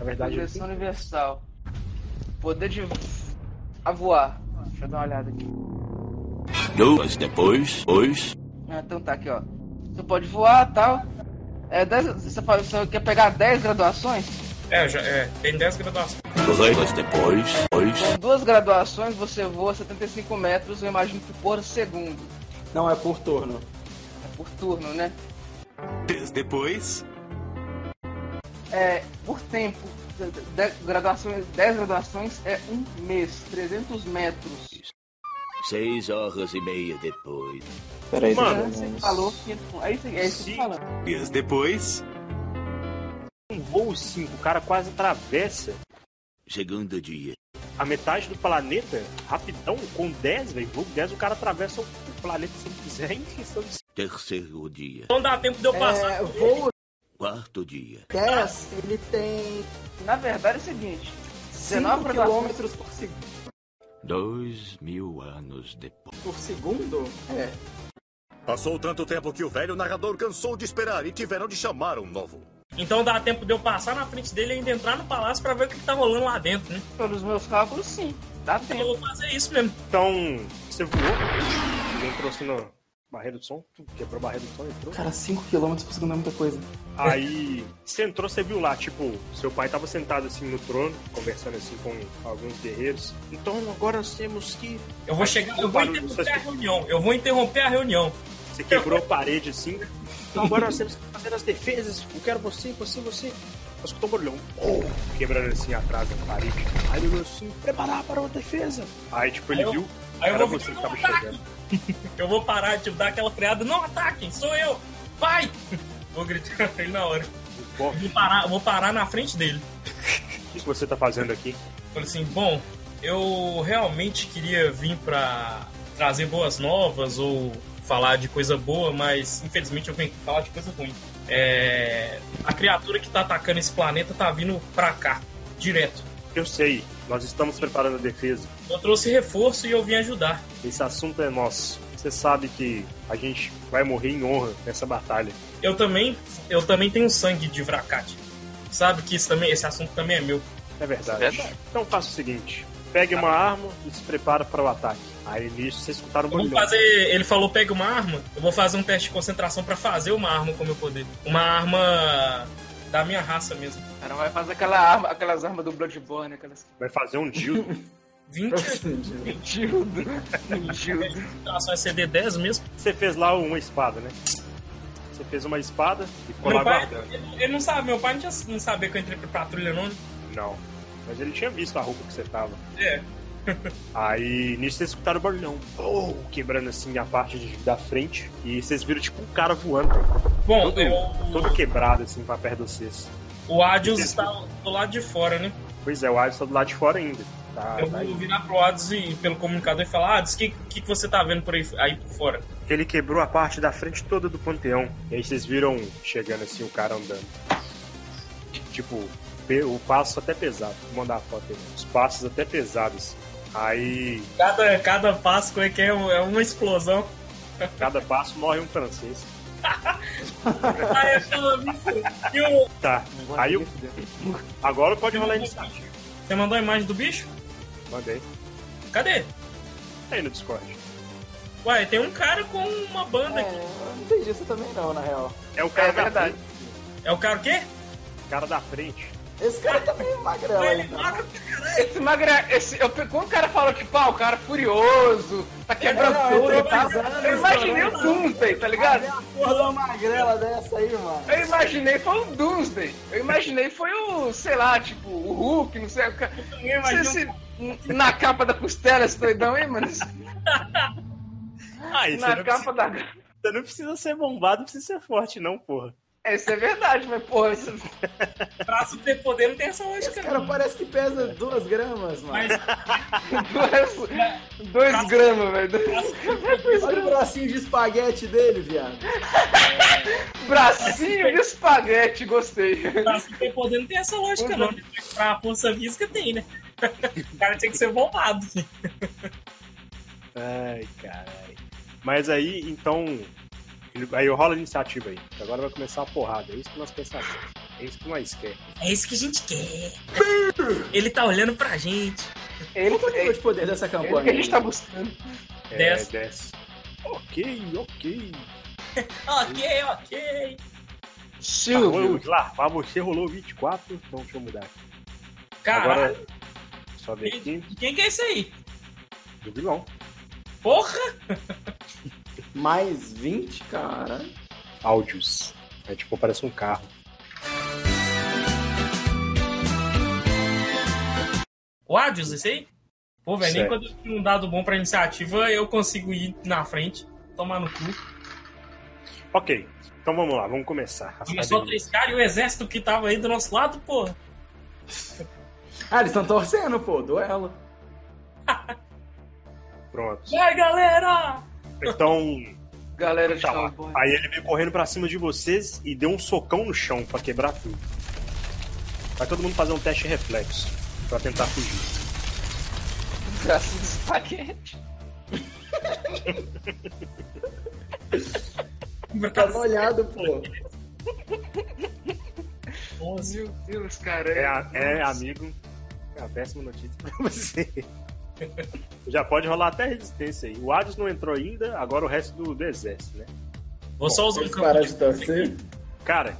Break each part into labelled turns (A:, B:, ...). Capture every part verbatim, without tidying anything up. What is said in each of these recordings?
A: Na verdade,
B: Projeção universal. Poder de a voar. Deixa eu dar uma olhada aqui.
C: Duas depois, pois.
B: Ah, então tá aqui, ó. Você pode voar e tal. É, dez, você, fala, você quer pegar dez graduações?
D: É, já, é, tem dez graduações.
C: Duas depois, pois.
B: Com duas graduações você voa setenta e cinco metros, eu imagino que por segundo.
E: Não, é por turno.
B: É por turno, né?
C: Dez depois.
B: É, por tempo. dez graduações, dez graduações é um mês, trezentos metros.
C: Seis horas e meia depois.
E: Peraí,
A: Mano,
E: deixa eu ver.
B: Você falou que. É isso, é isso que eu tô falando.
C: Dez depois.
A: um voo cinco, o cara quase atravessa
C: Segundo dia.
A: a metade do planeta rapidão, com dez, velho. Voo dez, o cara atravessa o planeta se ele quiser em questão de...
C: Terceiro dia.
D: Não dá tempo de eu passar.
E: É, voo
C: Quarto dia.
E: dez, ele tem
B: Na verdade é o seguinte: dezenove
E: cinco
B: graduações.
E: quilômetros por, seg...
C: Dois mil anos depois.
E: por segundo. É.
F: Passou tanto tempo que o velho narrador cansou de esperar e tiveram de chamar um novo.
D: Então dá tempo de eu passar na frente dele e ainda entrar no palácio pra ver o que, que tá rolando lá dentro, né?
B: Pelos meus cálculos, sim. Dá
D: Eu
B: tempo.
D: vou fazer isso mesmo.
A: Então, você voou, ele entrou assim na barreira do som, quebrou a barreira do som, entrou.
E: Cara, cinco quilômetros por segundo é muita coisa.
A: Aí, você entrou, você viu lá, tipo, seu pai tava sentado assim no trono, conversando assim com alguns guerreiros. Então, agora nós temos que...
D: Eu vou chegar, eu vou interromper a reunião. Eu vou interromper a reunião.
A: Você quebrou a parede assim. Então agora nós temos que fazer as defesas. Eu quero você, você, você. Eu escutou um barulhão. Oh, quebrando assim atrás da parede. Aí ele olhou assim, preparar para uma defesa. Aí, tipo, ele
D: Aí eu-
A: viu.
D: Aí eu
A: era
D: vou
A: você
D: ficar,
A: que
D: não
A: tava
D: ataquem!
A: chegando.
D: Eu vou parar, tipo, dar aquela freada. Não ataquem, sou eu! Vai! Vou gritar pra ele na hora.
A: Bom,
D: Eu Vou parar, vou parar na frente dele.
A: o que você tá fazendo aqui?
D: Falei assim, bom, eu realmente queria vir pra trazer boas novas ou falar de coisa boa, mas infelizmente eu venho aqui falar de coisa ruim. É... A criatura que tá atacando esse planeta tá vindo pra cá, direto.
A: Eu sei, nós estamos preparando a defesa.
D: Eu trouxe reforço e eu vim ajudar.
A: Esse assunto é nosso. Você sabe que a gente vai morrer em honra nessa batalha.
D: Eu também, eu também tenho sangue de Vracat. Sabe que isso também, esse assunto também é meu.
A: É verdade.
B: É verdade.
A: Então faça o seguinte: pegue uma arma e se prepara para o ataque. Aí nisso vocês escutaram um
D: Eu vou
A: barulhão.
D: fazer, ele falou pega uma arma, eu vou fazer um teste de concentração pra fazer uma arma com o meu poder. Uma arma da minha raça mesmo.
B: O cara vai fazer aquela arma, aquelas armas do Bloodborne, aquelas.
A: Vai fazer um dildo.
D: vinte
B: Dildo. Dildo.
D: concentração é C D dez mesmo.
A: Você fez lá uma espada, né? Você fez uma espada e ficou
D: Meu
A: lá
D: pai,
A: guardando.
D: ele, ele não sabe, meu pai não, tinha, não sabia que eu entrei pra patrulha não.
A: Não. Mas ele tinha visto a roupa que você tava.
D: É.
A: Aí nisso vocês escutaram o barulhão. Oh, quebrando assim a parte de- da frente. E vocês viram tipo um cara voando.
D: Bom,
A: Todo,
D: eu,
A: todo quebrado assim pra perto de vocês.
D: o Adios está do lado de fora, né?
A: Pois é, o Alisson tá do lado de fora ainda. Tá,
D: Eu
A: tá aí.
D: vou virar pro Adios e pelo comunicador e falar, Adios, o que, que, que você tá vendo por aí, aí por fora?
A: Ele quebrou a parte da frente toda do panteão. E aí vocês viram chegando assim o cara andando. Tipo, pe- o passo até pesado. Vou mandar a foto aí. Os passos até pesados. Aí,
D: Cada, cada passo como é que é, é uma explosão.
A: cada passo morre um francês.
D: Aí eu falo, e o-
A: Tá. Aí o- agora pode rolar a iniciativa.
D: Você mandou a imagem do bicho?
A: Mandei.
D: Cadê?
A: Tá aí no Discord.
D: Ué, tem um cara com uma banda
E: É,
D: aqui.
E: eu não entendi isso também não, na real.
A: É o cara
B: É
A: da
B: verdade.
A: frente.
D: É o cara o quê?
A: O cara da frente.
E: Esse cara tá meio magrelo,
D: Ele
E: então.
D: mata-
B: Esse magre... Esse... Eu... Quando o cara falou que, pá, o cara furioso, tá quebrando
E: Não,
B: tudo
E: eu
B: e
E: tô
B: tal,
E: pisando,
B: eu imaginei o
E: estourando.
B: Doomsday, tá ligado?
E: A porra de uma magrela dessa aí, mano.
B: Eu imaginei foi o Doomsday. Eu imaginei foi o, sei lá, tipo, o Hulk, não sei. O ca-
D: Ninguém
B: Não sei
D: imagina-
B: se na capa da costela esse doidão aí, mano.
A: Aí, você
B: Na
A: não,
B: capa
A: precisa,
B: da.
A: você não precisa ser bombado, não precisa ser forte, não, porra.
B: Isso é verdade, mas, porra, isso...
D: Braço ter poder não tem essa lógica,
E: Esse cara
D: não.
E: parece que pesa duas gramas, mano.
D: Mas
B: dois, dois gramas, velho.
E: Olha o bracinho de espaguete dele, viado.
B: Bracinho de espaguete, gostei.
D: braço ter poder não tem essa lógica, não. Pra força física tem, né? O cara tinha que ser bombado.
A: Ai, caralho. Mas aí, então. Aí rola a iniciativa aí. Que agora vai começar a porrada. É isso que nós pensamos. É isso que nós quer.
D: É isso que a gente quer. Ele tá olhando pra gente.
B: Ele,
E: Qual é o nível
B: ele,
E: de poder dessa
B: ele que a
E: campanha?
B: gente tá buscando.
A: É,
D: Desce.
A: desce. Ok, ok.
D: Ok, ok.
B: Silvio.
A: Ah, lá, pra você rolou vinte e quatro, então deixa eu mudar.
D: Caralho,
A: Agora, só ver
D: quem,
A: aqui,
D: quem que é esse aí?
A: do vilão.
D: Porra!
E: Mais vinte, cara.
A: Áudios. É tipo, parece um carro.
D: O Adios, esse aí? Pô, velho, nem
A: Certo.
D: quando eu tenho um dado bom pra iniciativa eu consigo ir na frente, tomar no cu.
A: Ok, então vamos lá, vamos começar.
D: Começou três caras e o exército que tava aí do nosso lado, pô.
E: Ah, eles estão torcendo, pô. Duelo.
A: Pronto.
D: Vai, galera!
A: Então,
B: Galera de
A: tá lá.
B: cowboy.
A: Aí ele veio correndo pra cima de vocês e deu um socão no chão pra quebrar tudo. Vai todo mundo fazer um teste de reflexo pra tentar fugir.
B: Braço de espaguete.
E: Tá molhado, pô.
D: onze.
B: Meu Deus, cara.
A: É, a- é amigo, é uma péssima notícia pra você. Já pode rolar até resistência aí. O Hades não entrou ainda, agora o resto do, do exército, né?
D: Vou só usar um
E: Eles
D: campo
E: pararam
D: de
E: de torcer.
A: Cara,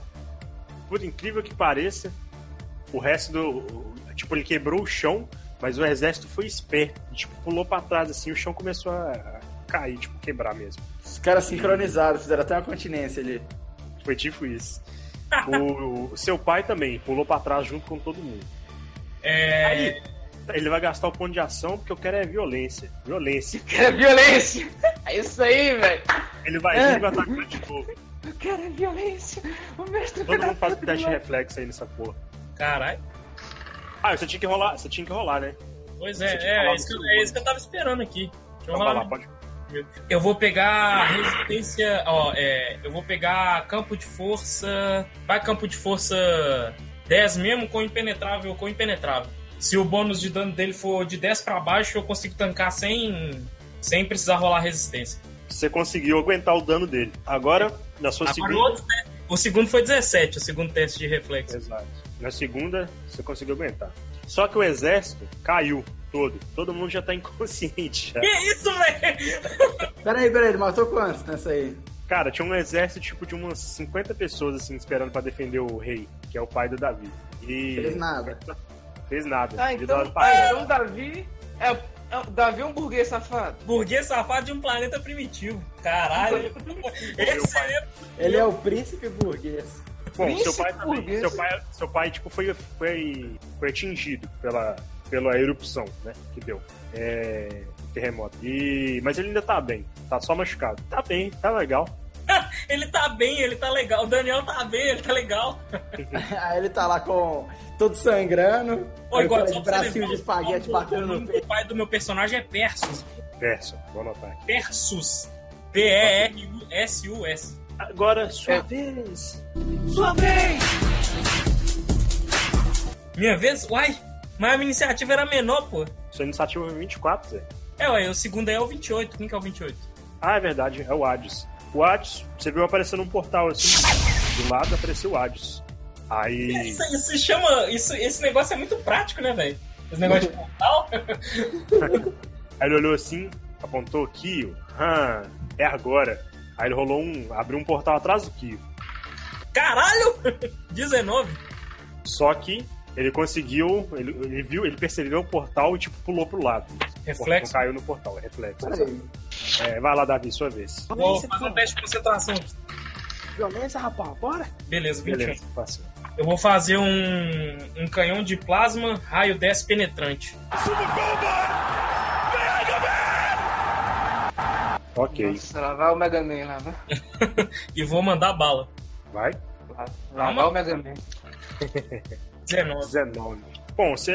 A: por incrível que pareça, o resto do. Tipo, ele quebrou o chão, mas o exército foi esperto. E, tipo, pulou pra trás assim, o chão começou a cair, tipo, quebrar mesmo.
E: Os caras sincronizaram, fizeram até uma continência ali.
A: Foi tipo isso. O, o seu pai também pulou pra trás junto com todo mundo.
D: É...
A: Aí, ele vai gastar o ponto de ação porque eu quero é violência. Violência.
B: Quero violência. É isso aí, velho.
A: Ele vai vir e vai atacar de novo.
B: Eu quero violência. O mestre
A: Todo
B: filho
A: mundo faz
B: da
A: um teste de
B: puta.
A: reflexo aí nessa porra.
D: Caralho.
A: Ah, você tinha que rolar, você tinha que rolar, né?
D: Pois
A: Você
D: é,
A: tinha que
D: é,
A: falar
D: é,
A: do
D: isso que,
A: seu
D: eu- é isso que eu tava esperando aqui. Deixa eu
A: Então vai
D: rolar.
A: lá, pode.
D: Eu vou pegar resistência, ó, é, eu vou pegar campo de força, vai campo de força dez mesmo com impenetrável, com impenetrável. Se o bônus de dano dele for de dez pra baixo, eu consigo tancar sem, sem precisar rolar resistência.
A: Você conseguiu aguentar o dano dele. Agora, na sua
D: Agora, o,
A: segunda.
D: outro, né? O segundo foi dezessete, o segundo teste de reflexo.
A: Exato. Na segunda, você conseguiu aguentar. Só que o exército caiu todo. Todo mundo já tá inconsciente já.
D: Que isso, velho?
E: Peraí, peraí, ele matou quantos nessa aí?
A: Cara, tinha um exército tipo de umas cinquenta pessoas assim esperando pra defender o rei, que é o pai do Davi. E
E: Fez nada.
A: fez nada.
B: Ah,
A: Ele
B: então,
A: dava
B: ah,
A: pra-
B: então Davi é, é, o Davi é um burguês safado.
D: Burguês safado de um planeta primitivo. Caralho. Esse é...
E: Ele é o príncipe burguês.
A: Bom, seu
B: Príncipe
A: pai também,
B: burguês.
A: seu pai, seu pai tipo foi foi foi atingido pela pela erupção, né, que deu. É, terremoto. E mas ele ainda tá bem, tá só machucado. Tá bem, tá legal.
D: Ele tá bem, ele tá legal. O Daniel tá bem, ele tá legal.
E: Aí ele tá lá com todo sangrando.
D: Ô,
E: aí o
D: igual,
E: cara
D: só
E: de
D: pra você
E: bracinho
D: lembrar,
E: de espaguete
D: o-
E: batendo
D: o
E: no
D: nome
E: peito.
D: do pai do meu personagem é Persus.
A: Verso, vou anotar aqui.
D: Persus. P E R U S U S.
A: Agora sua
B: É.
A: vez.
D: Minha vez? Uai, mas a minha iniciativa era menor, pô.
A: Sua iniciativa foi vinte e quatro, Zé.
D: É, ué, o segundo aí é o vinte e oito. Quem que é o vinte e oito?
A: Ah, é verdade, é o Hades. O Hades, você viu aparecendo um portal assim, do lado apareceu o Hades. Aí.
D: Isso, isso se chama... Isso, esse negócio é muito prático, né, velho? Esse negócio de portal.
A: Aí ele olhou assim, apontou Kio. Ah, é agora. Aí ele rolou um. Abriu um portal atrás do Kio.
D: Caralho! dezenove.
A: Só que ele conseguiu. Ele, ele viu, ele percebeu o portal e tipo pulou pro lado.
D: Reflexo.
A: Não caiu no portal, é reflexo.
E: Peraí.
A: É, vai lá, Davi, sua vez.
D: Vou fazer um teste de concentração.
E: Violência, rapaz, bora.
D: Beleza, vinte e oito.
A: Beleza, passou.
D: Eu vou fazer um, um canhão de plasma, raio dez penetrante.
A: Ok,
B: Nossa, lá vai o Mega Man, lá vai.
D: E vou mandar bala.
A: vai.
B: Lá, lá vai o Mega Man.
D: dezenove.
A: dezenove. Bom, você.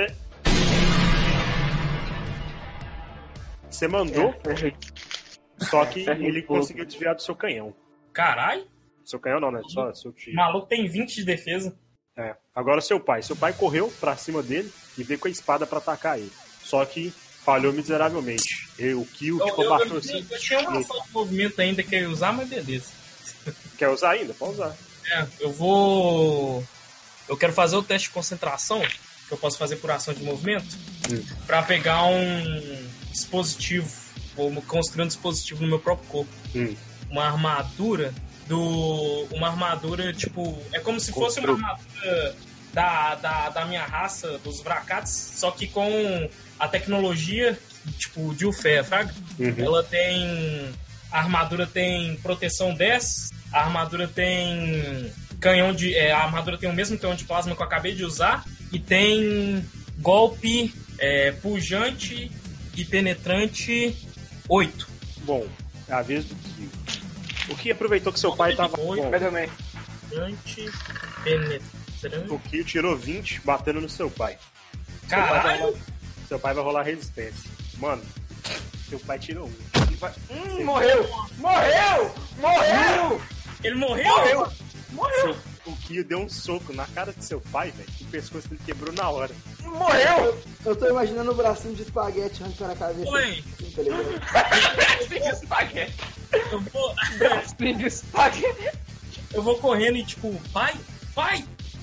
A: Você mandou, só que ele conseguiu desviar do seu canhão.
D: Caralho,
A: Seu canhão não, né? Só seu
D: o
A: tiro.
D: maluco tem vinte de defesa.
A: É. Agora seu pai. Seu pai correu pra cima dele e veio com a espada pra atacar ele. Só que falhou miseravelmente. E o Kyo,
D: Eu,
A: tipo,
D: eu,
A: abaixou
D: eu,
A: assim.
D: eu tinha uma ação de movimento ainda que eu ia usar, mas beleza.
A: Quer usar ainda? Pode usar.
D: É, eu vou. eu quero fazer o teste de concentração, que eu posso fazer por ação de movimento,
A: hum.
D: pra pegar um dispositivo, ou construir um dispositivo no meu próprio corpo.
A: Hum.
D: Uma armadura do... Uma armadura, tipo... É como se fosse uma armadura da, da, da minha raça, dos Vrakates, só que com a tecnologia, tipo, de Ufé, fraga?
A: Uhum.
D: Ela tem... A armadura tem proteção dez, a armadura tem canhão de... É, a armadura tem o mesmo canhão de plasma que eu acabei de usar, e tem golpe é, pujante e penetrante oito.
A: Bom, é a vez do Kyo. O Kyo aproveitou que seu pai tava bom.
D: Pujante, penetrante...
A: O Kyo tirou vinte, batendo no seu pai.
D: Caralho!
A: Seu pai vai rolar, seu pai vai rolar resistência. Mano, seu pai tirou um.
B: Vai... Hum, morreu! Morreu! Morreu!
D: Ele morreu?
B: Morreu! Morreu!
A: Seu, o Kyo deu um soco na cara de seu pai, velho. O pescoço dele quebrou na hora.
B: Morreu!
G: Eu tô imaginando o bracinho de espaguete arrancando a cabeça.
D: Oi.
G: Assim, tá ligado?
B: Bracinho de espaguete!
D: Eu vou...
B: Bracinho de espaguete!
D: Eu vou correndo e tipo, pai, pai!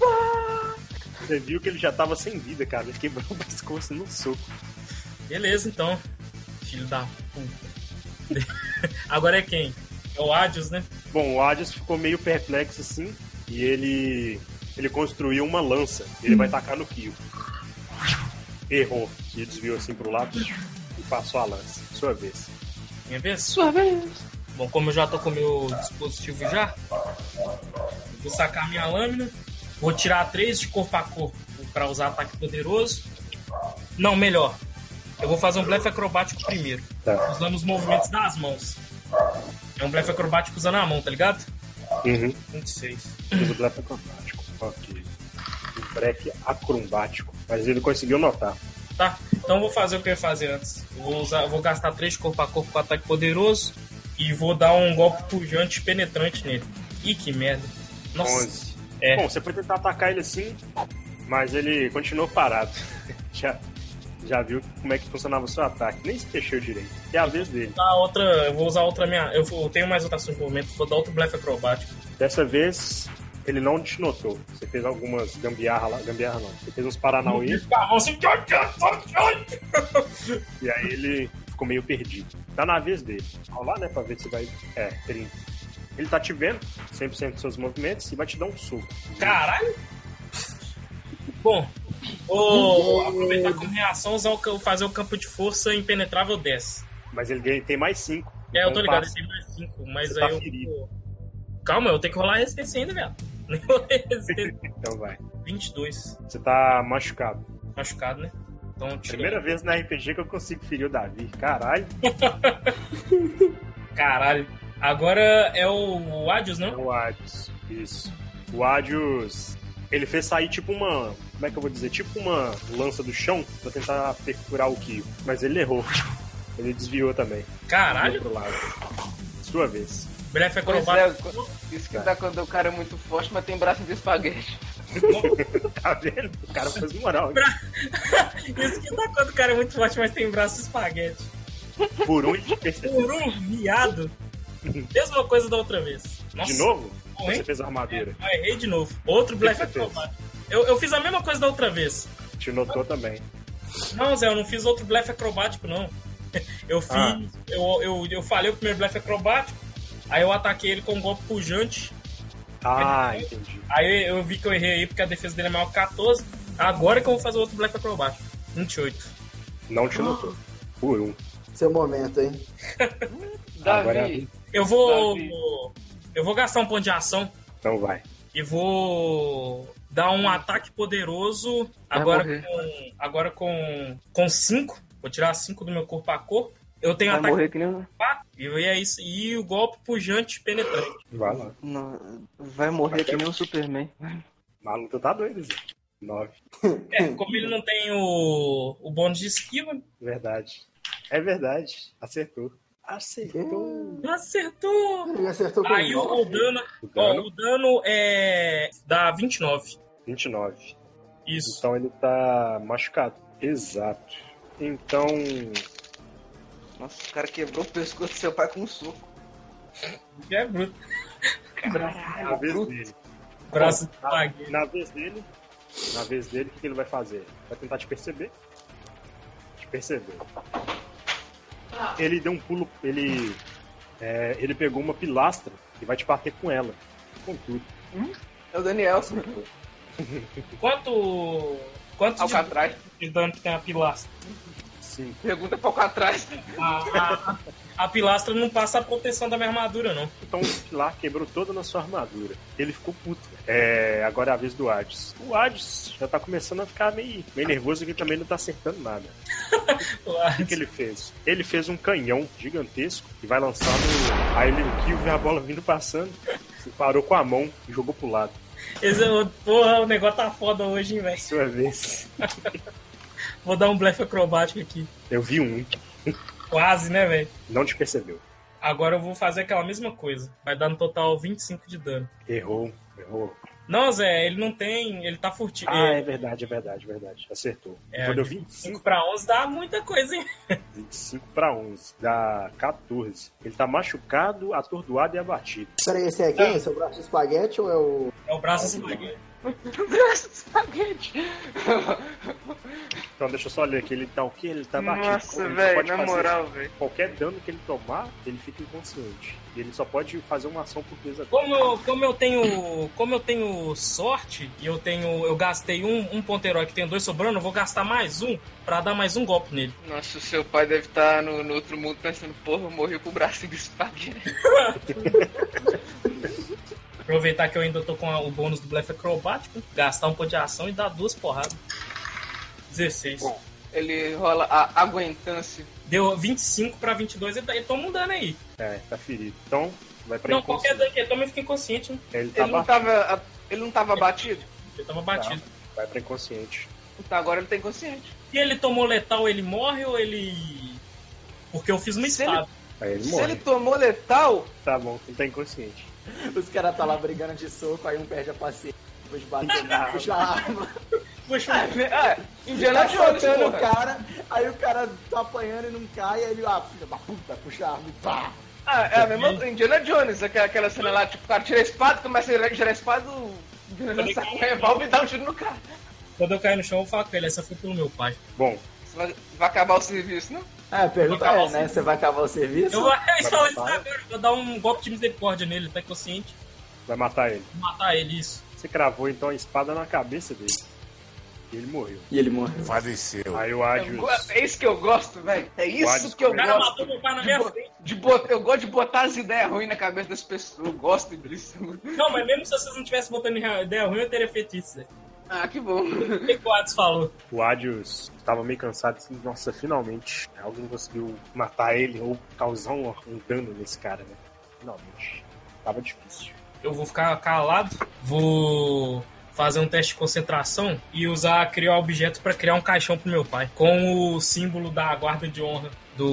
A: Você viu que ele já tava sem vida, cara. Ele quebrou o pescoço no soco.
D: Beleza, então. Filho da puta. Agora é quem? É o Adios, né?
A: Bom, o Hades ficou meio perplexo assim. E ele... Ele construiu uma lança. Ele vai tacar no Kyo. Errou. Ele desviou assim pro lado e passou a lança. Sua vez.
D: Minha vez?
B: Sua vez!
D: Bom, como eu já tô com o meu dispositivo já, vou sacar minha lâmina. Vou tirar três de corpo a corpo pra usar ataque poderoso. Não, melhor. Eu vou fazer um blefe acrobático primeiro.
A: Tá.
D: Usando os movimentos das mãos. É um blefe acrobático usando a mão, tá ligado?
A: Uhum.
D: vinte e seis.
A: Fez o blefe acrobático. Ok. O blefe acrobático. Mas ele conseguiu notar.
D: Tá, então eu vou fazer o que eu ia fazer antes. Eu vou, usar, eu vou gastar três de corpo a corpo com ataque poderoso. E vou dar um golpe pujante penetrante nele. Ih, que merda. Nossa.
A: onze.
D: É.
A: Bom, você pode tentar atacar ele assim, mas ele continuou parado. já, já viu como é que funcionava o seu ataque. Nem se mexeu direito. É a vez dele.
D: A outra, eu vou usar outra minha. Eu, vou, eu tenho mais outras ações de movimento, vou dar outro blefe acrobático.
A: Dessa vez, ele não te notou. Você fez algumas gambiarra lá. Gambiarra não. Você fez uns paranauê. E aí ele ficou meio perdido. Tá na vez dele. Vamos lá, né? Pra ver se vai. É, trinta. Ele tá te vendo, cem por cento dos seus movimentos, e vai te dar um soco.
D: Caralho! Bom, vou aproveitar como reação, usar o, fazer o campo de força impenetrável dez.
A: Mas ele ganha, tem mais cinco.
D: É, eu tô
A: Então
D: ligado,
A: passa.
D: ele tem mais cinco, mas
A: Você
D: aí
A: tá
D: eu.
A: ferido.
D: Calma, eu tenho que rolar resistência ainda, velho. Nem rolei resistência.
A: Então vai.
D: vinte e dois.
A: Você tá machucado.
D: Machucado, né? Então, tira...
A: Primeira vez na R P G que eu consigo ferir o Davi. Caralho.
D: Caralho. Agora é o Adios,
A: É
D: não?
A: o Adios. Isso. O Adios, ele fez sair tipo uma... Como é que eu vou dizer? Tipo uma lança do chão pra tentar perfurar o Kyo. Mas ele errou. Ele desviou também.
D: Caralho.
A: Pro lado. Sua vez.
D: Blefe
B: Pois
D: acrobático.
B: é, isso que dá quando o cara é muito forte, mas tem braço de espaguete.
A: Tá vendo? O cara fez moral.
D: Isso que dá quando o cara é muito forte, mas tem braço de espaguete.
A: Por um ele percebeu.
D: Por um viado. Mesma coisa da outra vez. Nossa.
A: De novo?
D: Bom,
A: Você
D: hein?
A: fez a armadura.
D: Eu errei de novo. Outro blefe
A: que você fez?
D: acrobático. Eu, eu fiz a mesma coisa da outra vez.
A: Te notou também.
D: Não, Zé, eu não fiz outro blefe acrobático, não. Eu fiz.
A: Ah.
D: Eu, eu, eu falei o primeiro blefe acrobático. Aí eu ataquei ele com um golpe pujante.
A: Ah, entendi.
D: Aí eu vi que eu errei aí porque a defesa dele é maior que catorze. Agora que eu vou fazer outro blefe acrobático. vinte e oito.
A: Não te notou. Por um.
G: Seu momento, hein?
A: Agora é a
B: Davi,
A: vida.
D: Eu vou.
B: Davi.
D: Eu vou gastar um ponto de ação
A: Então vai.
D: e vou dar um ataque poderoso agora
B: morrer.
D: com. Agora com. Com cinco. Vou tirar cinco do meu corpo a corpo. Eu tenho
B: vai
D: ataque
B: morrer que nem um...
D: quatro, e é isso. E o golpe pujante penetrante.
A: Vai lá.
B: Não, vai morrer que nem um Superman.
A: Maluco, tá doido, Zé. Nove.
D: É, como ele não tem o, o bônus de esquiva,
A: Verdade. É verdade. Acertou. Acertou.
D: acertou!
G: Ele acertou com
D: Aí o, o dano,
A: O
D: ó,
A: dano?
D: o dano é. Dá vinte e nove.
A: vinte e nove.
D: Isso.
A: Então ele tá machucado. Exato. Então.
B: Nossa, o cara quebrou o pescoço do seu pai com um soco.
D: É bruto.
A: É a vez
B: bruto.
A: dele.
D: Braço de
A: na,
D: espaguete.
A: na vez dele, na vez dele, o que ele vai fazer? Vai tentar te perceber. Te perceber. Ele deu um pulo, ele é, ele pegou uma pilastra e vai te bater com ela, com tudo.
B: Hum? É o Daniel.
D: Quanto. Quanto
B: Alcatraz.
D: de, de dano que tem a pilastra?
A: Sim.
B: Pergunta pra Alcatraz.
D: A, a, a pilastra não passa a proteção da minha armadura, não.
A: Então o pilar quebrou toda na sua armadura. Ele ficou puto. É, agora é a vez do Hades. O Hades já tá começando a ficar meio, meio nervoso, que também não tá acertando nada. O que, que ele fez? Ele fez um canhão gigantesco e vai lançar no. Aí ele viu ver a bola vindo passando, parou com a mão e jogou pro lado.
D: Esse, porra, o negócio tá foda hoje, hein, velho.
A: Sua vez.
D: Vou dar um blefe acrobático aqui.
A: Eu vi um.
D: Quase, né, velho?
A: Não te percebeu.
D: Agora eu vou fazer aquela mesma coisa. Vai dar no total vinte e cinco de dano.
A: Errou, errou.
D: Não, Zé, ele não tem... Ele tá furtivo.
A: Ah, é verdade, é verdade, é verdade. Acertou.
D: É,
A: Quando eu
D: de
A: vi
D: vinte e cinco pra onze dá muita coisa, hein?
A: vinte e cinco pra onze, dá quatorze. Ele tá machucado, atordoado e abatido.
G: Peraí, esse é quem? Esse é o braço de espaguete ou é o...
D: É o braço espaguete.
B: Braço de espaguete.
A: Então deixa eu só ler aqui, ele tá o quê? Ele tá batido.
B: Nossa,
A: Ele só
B: velho,
A: pode
B: na
A: fazer-
B: moral, velho.
A: Qualquer dano que ele tomar, ele fica inconsciente. E ele só pode fazer uma ação por vez agora.
D: Como eu, como eu tenho. Como eu tenho sorte e eu tenho. Eu gastei um, um ponto herói que tem dois sobrando, eu vou gastar mais um pra dar mais um golpe nele.
B: Nossa, o seu pai deve estar no, no outro mundo pensando, porra, eu morri com o bracinho de espaguete.
D: Aproveitar que eu ainda tô com a- o bônus do blefe acrobático, gastar um ponto de ação e dar duas porradas. dezesseis.
A: Bom.
B: Ele rola a aguentância.
D: Deu vinte e cinco pra vinte e dois, ele, tá- ele toma um dano aí.
A: É, tá ferido. Então, vai pra
D: Não, qualquer
A: inconsciente.
D: dano que ele toma, ele fica inconsciente, né?
A: Ele tá
B: Ele não
A: batido.
B: tava, ele não tava batido?
D: Ele tava batido.
A: Vai pra inconsciente.
B: Então agora ele tá inconsciente.
D: Se ele tomou letal, ele morre ou ele... Porque eu fiz uma
B: Se
D: espada.
A: Aí ele
B: Se
A: morre.
B: ele tomou letal,
A: Tá bom, ele tá inconsciente.
E: Os caras tá lá brigando de soco, aí um perde a paciência. Depois bate, puxa a arma.
D: Puxa,
B: é, Indiana
E: Tá
B: Jones,
E: chutando o
B: porra.
E: cara, aí o cara tá apanhando e não cai, aí ele, ah, filha da puta, puxa a arma e pá.
B: Ah, é a mesma Indiana Jones, aquela, aquela cena lá, tipo, o cara tira a espada, começa a girar a espada, o Indiana Jones saca um revólver e dá um tiro no cara.
D: quando eu cair no chão, eu falo com ele, essa foi pelo meu pai.
A: Bom,
B: Você vai, vai acabar o serviço, não?
E: É, a pergunta é, né, você vai acabar o serviço?
D: Eu vou eu falo isso agora, eu vou dar um golpe de misericórdia nele, ele tá inconsciente.
A: vai matar ele.
D: Vou matar ele, isso.
A: Você cravou então a espada na cabeça dele. E ele morreu.
E: E ele morreu.
F: Faleceu.
A: Aí o
B: Eu
A: Hades.
B: go- é isso que eu gosto, velho. É isso
A: Hades
B: que eu
D: O cara
B: gosto.
D: matou meu pai na
B: De
D: minha
B: bo-
D: frente.
B: de bot- eu gosto de botar as ideias ruins na cabeça das pessoas. Eu gosto disso.
D: Não, mas mesmo se vocês não tivessem botando ideia ruim, eu teria feito isso, Zé.
B: Ah, que bom.
D: O que que o Hades falou?
A: O Hades tava meio cansado assim, nossa, finalmente alguém conseguiu matar ele ou causar um, um dano nesse cara, né? Finalmente. Tava difícil.
D: Eu vou ficar calado, vou fazer um teste de concentração e usar criar objetos para criar um caixão pro meu pai, com o símbolo da guarda de honra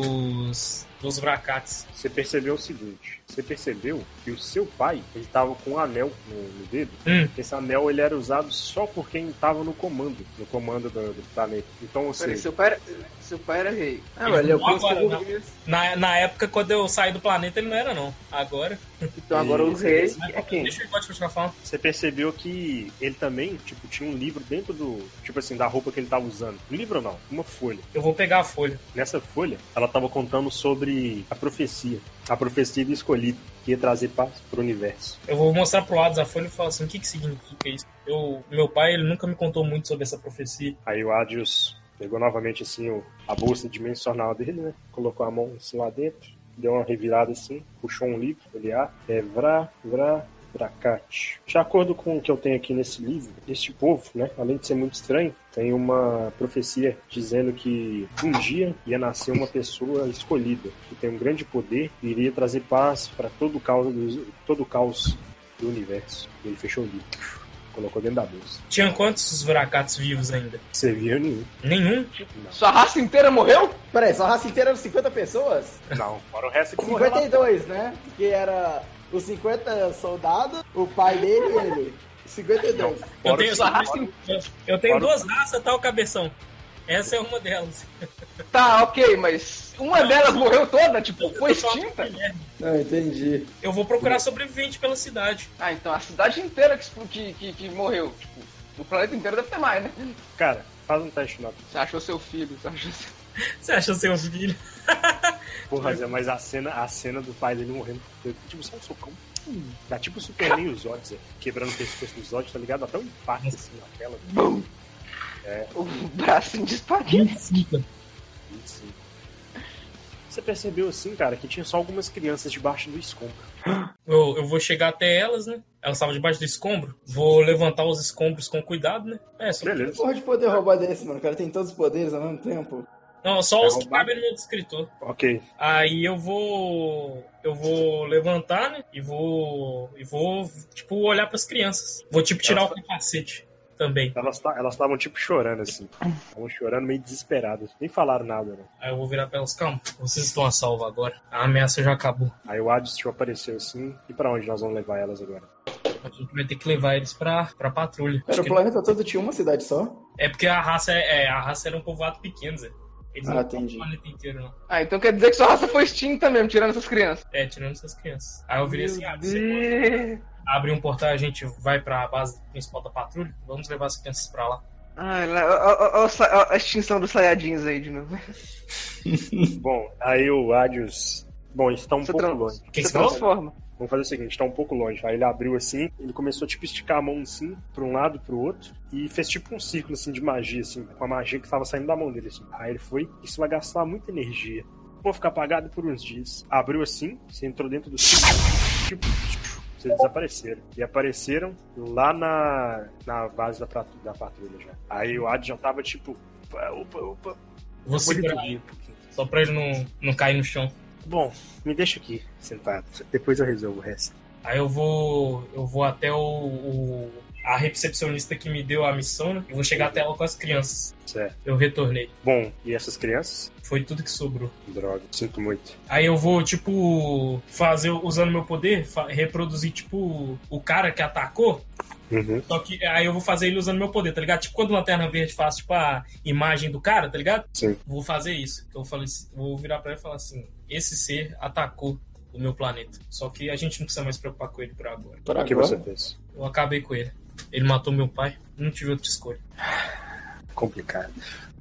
D: dos dos Vracates.
A: Você percebeu o seguinte, você percebeu que o seu pai, ele tava com um anel no, no dedo.
D: Hum.
A: Esse anel ele era usado só por quem tava no comando, no comando do, do planeta. Então, ou
B: Peraí,
A: seja,
B: seu pai era, seu pai era rei.
E: Ah, mas ele é o
D: Agora,
E: príncipe
D: não.
E: burguês.
D: Na, na época, quando eu saí do planeta, ele não era, não. Agora.
B: Então agora o
A: Isso,
B: rei
A: isso.
B: é quem?
D: Deixa eu pode continuar falando.
A: você percebeu que ele também, tipo, tinha um livro dentro do, tipo assim, da roupa que ele tava usando. Um livro não, uma folha.
D: Eu vou pegar a folha.
A: Nessa folha, ela tava contando sobre a profecia. A profecia do escolhido, que ia trazer paz pro universo.
D: Eu vou mostrar pro Hades a folha e falar assim, o que que significa isso? Eu, meu pai, ele nunca me contou muito sobre essa profecia.
A: Aí o Hades pegou novamente, assim, o, a bolsa dimensional dele, né? Colocou a mão assim lá dentro, deu uma revirada assim, puxou um livro, ele ah, é Vra, Vra, Vracate. De acordo com o que eu tenho aqui nesse livro, este povo, né, além de ser muito estranho, tem uma profecia dizendo que um dia ia nascer uma pessoa escolhida, que tem um grande poder e iria trazer paz para todo o caos do, todo o caos do universo. E ele fechou o livro, colocou dentro da bolsa.
D: Tinha quantos Vracates vivos ainda?
A: Você viu nenhum?
D: Nenhum?
B: Sua raça inteira morreu?
E: Peraí, só a raça inteira eram cinquenta pessoas?
A: Não, fora o resto que morreu
E: cinquenta
A: lá.
E: e dois, né? Porque era os cinquenta soldados, o pai dele e ele. cinquenta e dois.
D: Eu
A: Fora
D: tenho,
A: os-
B: Sua raça
D: eu, eu tenho
A: Fora o-
D: duas raças, tá, o cabeção? Essa é uma delas.
B: Tá, ok, mas uma delas morreu toda, tipo, foi extinta?
G: Não, entendi.
D: Eu vou procurar sobrevivente pela cidade.
B: Ah, então a cidade inteira que, que, que, que morreu. Tipo, o planeta inteiro deve ter mais, né?
A: Cara, faz um teste não.
B: Você achou seu filho, você achou seu...
D: Você acha seu filho?
A: Porra, Zé, mas a cena, a cena do pai dele morrendo, tipo, só um socão. Dá tipo o Superman e os Zod, Zé, quebrando o pescoço dos Zod, tá ligado? Dá até um impacto assim na tela.
B: Bum!
A: É.
B: O bracinho de espaguete.
D: vinte e cinco.
A: vinte e cinco. Você percebeu assim, cara, que tinha só algumas crianças debaixo do escombro.
D: Eu, eu vou chegar até elas, né? Elas estavam debaixo do escombro. Vou levantar os escombros com cuidado, né? É, só...
A: Beleza.
G: Porra de poder roubar desse, mano. O cara tem todos os poderes ao mesmo tempo.
D: Não, só
A: Vai
D: os que
A: roubar?
D: cabem no meu descritor.
A: Ok.
D: Aí eu vou. Eu vou levantar, né? E vou. E vou, tipo, olhar pras crianças. Vou, tipo, tirar
A: Nossa.
D: o capacete também.
A: Elas ta- elas estavam tipo chorando assim. Estavam chorando meio desesperadas. Nem falaram nada, né?
D: Aí eu vou virar pra elas, calma, vocês estão a salvo agora. A ameaça já acabou.
A: Aí o Hades tipo, apareceu assim. E pra onde nós vamos levar elas agora?
D: A gente vai ter que levar eles pra, pra patrulha. Acho
G: Era o
D: que-
G: planeta todo tinha uma cidade só?
D: É porque a raça, é, é, a raça era um povoado pequeno, Zé. Eles
G: Ah,
D: não
G: entendi.
D: o planeta inteiro, não.
B: Ah, então quer dizer que sua raça foi extinta mesmo, tirando essas crianças.
D: É, tirando essas crianças. Aí eu virei assim, ah, você
B: Deus.
D: abre um portal e a gente vai pra base principal da patrulha. Vamos levar as crianças pra lá.
B: Ai, lá, ó, ó, ó, ó, a extinção dos Saiyajins aí de novo.
A: Bom, aí o Hades. Bom, isso tá um
B: Você
A: pouco
B: tran-
A: longe.
D: Que que
B: Você
D: você falou?
B: transforma.
A: Vamos fazer o seguinte, tá um pouco longe. Aí ele abriu assim, ele começou tipo a esticar a mão assim, pra um lado e pro outro, e fez tipo um círculo assim de magia, assim, com a magia que estava saindo da mão dele, assim. Aí ele foi, isso vai gastar muita energia. Vou ficar apagado por uns dias. Abriu assim, você entrou dentro do círculo, tipo, vocês desapareceram. E apareceram lá na, na base da, pra- da patrulha já. Aí o Hades já tava tipo, opa, opa, opa.
D: Vou segurar
A: Bonito,
D: ele,
A: um
D: só pra ele não, não cair no chão.
A: Bom, me deixa aqui, sentado. Depois eu resolvo o resto.
D: Aí eu vou. Eu vou até o. o- a recepcionista que me deu a missão, né? E vou chegar até ela com as crianças.
A: Certo.
D: Eu retornei.
A: Bom, e essas crianças?
D: Foi tudo que sobrou.
A: Droga, sinto muito.
D: Aí eu vou, tipo, fazer, usando meu poder, fa- reproduzir, tipo, o cara que atacou.
A: Uhum.
D: Só que aí eu vou fazer ele usando meu poder, tá ligado? Tipo, quando o Lanterna Verde faz, tipo, a imagem do cara, tá ligado?
A: Sim.
D: Vou fazer isso. Eu falei, assim- vou virar pra ele e falar assim: esse ser atacou o meu planeta. Só que a gente não precisa mais se preocupar com ele por agora.
G: Para
A: O que
G: agora?
A: você fez?
D: Eu acabei com ele. Ele matou meu pai. Não tive outra escolha.
A: Complicado.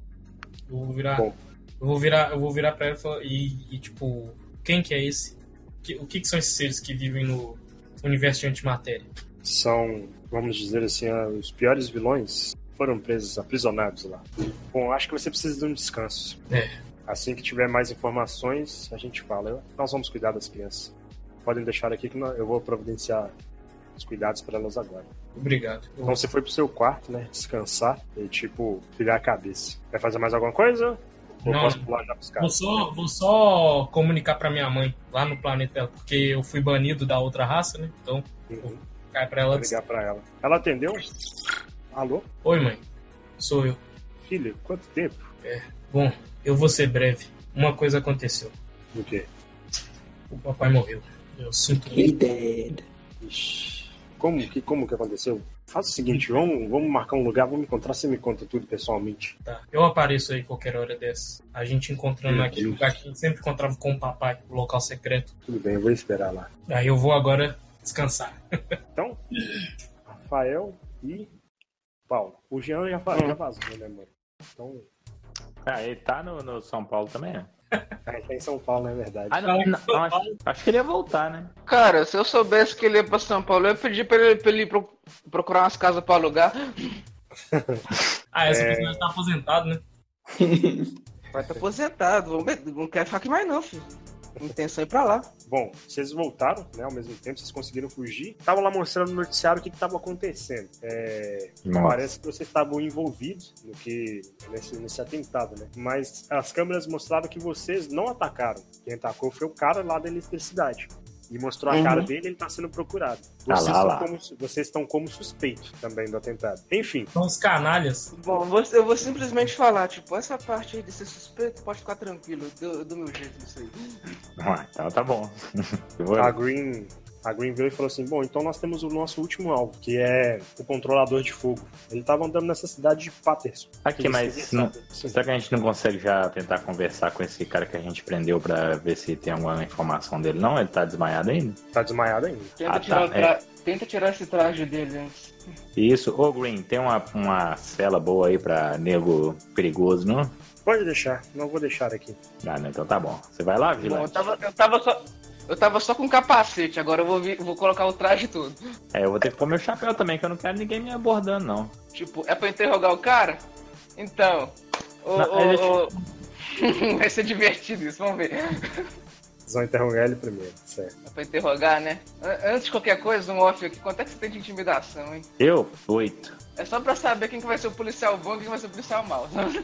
D: Eu vou virar.
A: Bom.
D: Eu vou virar, eu vou virar pra ele e, falar- e, e, tipo, quem que é esse? Que- o que, que são esses seres que vivem no universo de antimatéria?
A: São, vamos dizer assim, ah, os piores vilões foram presos, aprisionados lá. Bom, acho que você precisa de um descanso.
D: É.
A: Assim que tiver mais informações, a gente fala. Eu- Nós vamos cuidar das crianças. Podem deixar aqui que nó- eu vou providenciar os cuidados para elas agora.
D: Obrigado. Eu-
A: Então você foi pro seu quarto, né? Descansar e, tipo, virar a cabeça. Vai fazer mais alguma coisa? Ou
D: Não.
A: posso pular já pros
D: Vou
A: caras?
D: só, vou só comunicar pra minha mãe lá no planeta dela, porque eu fui banido da outra raça, né? Então,
A: Uhum.
D: cai pra ela.
A: Vou ligar pra ela. Ela atendeu? Alô?
D: Oi, mãe. Sou eu.
A: Filha, quanto tempo?
D: Bom, eu vou ser breve. Uma coisa aconteceu.
A: O quê?
D: O papai morreu. Eu sinto muito.
G: He dead.
A: Ixi. Como que, como que aconteceu? Faz o seguinte, vamos, vamos marcar um lugar, vamos encontrar, você me conta tudo pessoalmente.
D: Tá. Eu apareço aí qualquer hora dessa. A gente encontrando
A: Meu
D: naquele
A: Deus.
D: lugar que a gente sempre encontrava com o papai, o local secreto.
A: Tudo bem, eu vou esperar lá.
D: Aí eu vou agora descansar.
A: Então, Rafael e Paulo. O Jean já, fa- já vazou, né, mano? Então,
H: Ah, ele tá no, no São Paulo também, né?
A: a gente tá em São Paulo, não é verdade?
H: Ah, não, não, não, acho, acho que ele ia voltar, né?
B: Cara, se eu soubesse que ele ia pra São Paulo, eu ia pedir pra ele, pra ele pro- procurar umas casas pra alugar.
D: Ah, essa
A: É.
D: personagem tá aposentado, né?
B: Vai estar aposentado, vamos ver, não quero ficar aqui mais não, filho. Intenção é ir pra lá.
A: Bom, vocês voltaram, né, ao mesmo tempo, vocês conseguiram fugir. Tava lá mostrando no noticiário o que que tava acontecendo. É,
H: Nossa.
A: parece que vocês estavam envolvidos no que, nesse, nesse atentado, né? Mas as câmeras mostravam que vocês não atacaram. Quem atacou foi o cara lá da eletricidade. E mostrou a
B: Uhum.
A: cara dele, ele tá sendo procurado.
H: Ah
A: Vocês,
H: lá,
A: estão
H: lá.
A: como, vocês estão como suspeito também do atentado. Enfim,
D: São os canalhas.
B: Bom, vou- eu vou simplesmente falar, tipo, essa parte aí de ser suspeito, pode ficar tranquilo, do, do meu jeito isso aí.
H: Ah, então tá bom. Eu vou-
A: a Green, A Green veio e falou assim, bom, então nós temos o nosso último alvo, que é o controlador de fogo. Ele tava andando nessa cidade de Patterson.
H: Aqui, mas não, será que a gente não consegue já tentar conversar com esse cara que a gente prendeu pra ver se tem alguma informação dele? Não? Ele tá desmaiado ainda?
A: Tá desmaiado ainda.
B: Tenta,
H: Ah,
B: tirar,
H: tá,
B: o tra... Tenta tirar esse traje dele antes.
H: Isso. Ô, Green, tem uma, uma cela boa aí pra nego perigoso, não?
A: Pode deixar, não vou deixar aqui.
H: Ah, não, então tá bom. Você vai lá,
B: Bom,
H: Vigilante?
B: eu, tava, eu, tava só, eu tava só com capacete, agora eu vou, vir, vou colocar o traje todo.
H: É, eu vou ter que pôr meu chapéu também, que eu não quero ninguém me abordando, não.
B: Tipo, é pra interrogar o cara? Então, ô,
H: Não,
B: ô,
H: ele-
B: ô, vai ser divertido isso, vamos ver.
A: Vocês vão interrogar ele primeiro, certo.
B: É pra interrogar, né? An- Antes de qualquer coisa, um off aqui, quanto é que você tem de intimidação, hein?
H: Eu? Oito.
B: É só pra saber quem que vai ser o policial bom e quem vai ser o policial mau.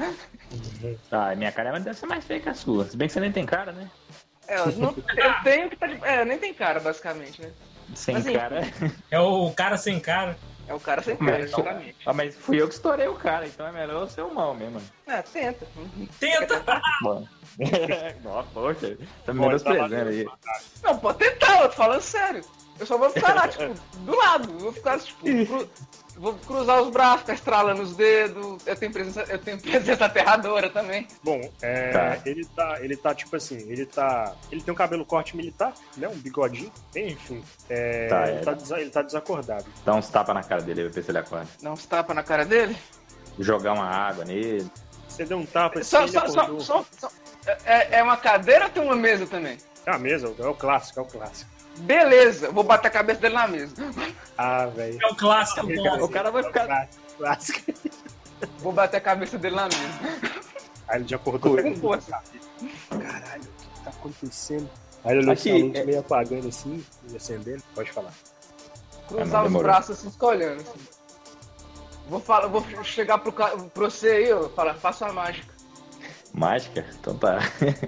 H: Ah, minha cara deve ser mais feia que a sua. Se bem que você nem tem cara, né?
B: É, eu, não, eu tenho que tá de... É, nem tem cara, basicamente, né?
H: Sem
B: Mas, enfim.
H: cara.
D: É o cara sem cara.
B: É o cara sem cara,
H: Mas,
B: exatamente.
H: ah, mas fui eu que estourei o cara, então é melhor eu ser o mal mesmo.
B: É, tenta.
D: Tenta!
H: Bom. Nossa, poxa, tá me
A: Pode,
H: menosprezando aí.
B: Não, pode tentar, eu tô falando sério. Eu só vou ficar lá, tipo, do lado. Eu vou ficar, tipo, cru... vou cruzar os braços, ficar estralando os dedos. Eu tenho presença, eu tenho presença aterradora também.
A: Bom, é,
H: Tá.
A: ele tá, ele tá tipo assim, ele tá, ele tem um cabelo corte militar, né, um bigodinho, enfim, é,
H: Tá,
A: ele,
H: é.
A: tá desa- ele tá desacordado.
H: Dá uns tapas na cara dele, ver se ele acorda.
B: Dá uns tapas na cara dele.
H: Jogar uma água nele.
A: Você deu um tapa assim,
B: Só,
A: ele
B: só, só,
A: acordou.
B: só, só- é, é uma cadeira ou tem uma mesa também?
A: É a mesa, é o clássico, é o clássico.
B: Beleza, eu vou bater a cabeça dele na mesa.
A: Ah, velho.
D: É o clássico.
H: O cara vai ficar.
A: Clássico, clássico.
B: Vou bater a cabeça dele na mesa.
A: Aí ele já acordou.
B: Com força.
A: Caralho, o que tá acontecendo? Aí ele olhou
H: Aqui,
A: essa luz
H: é-
A: meio apagando assim, e acendendo. Pode falar.
B: Cruzar
H: não,
B: os
H: demorou.
B: braços assim, ficar olhando. Assim. Vou, falar, vou chegar pro, ca- pro você aí, ó, falar, faça a mágica.
H: Mágica? Então tá.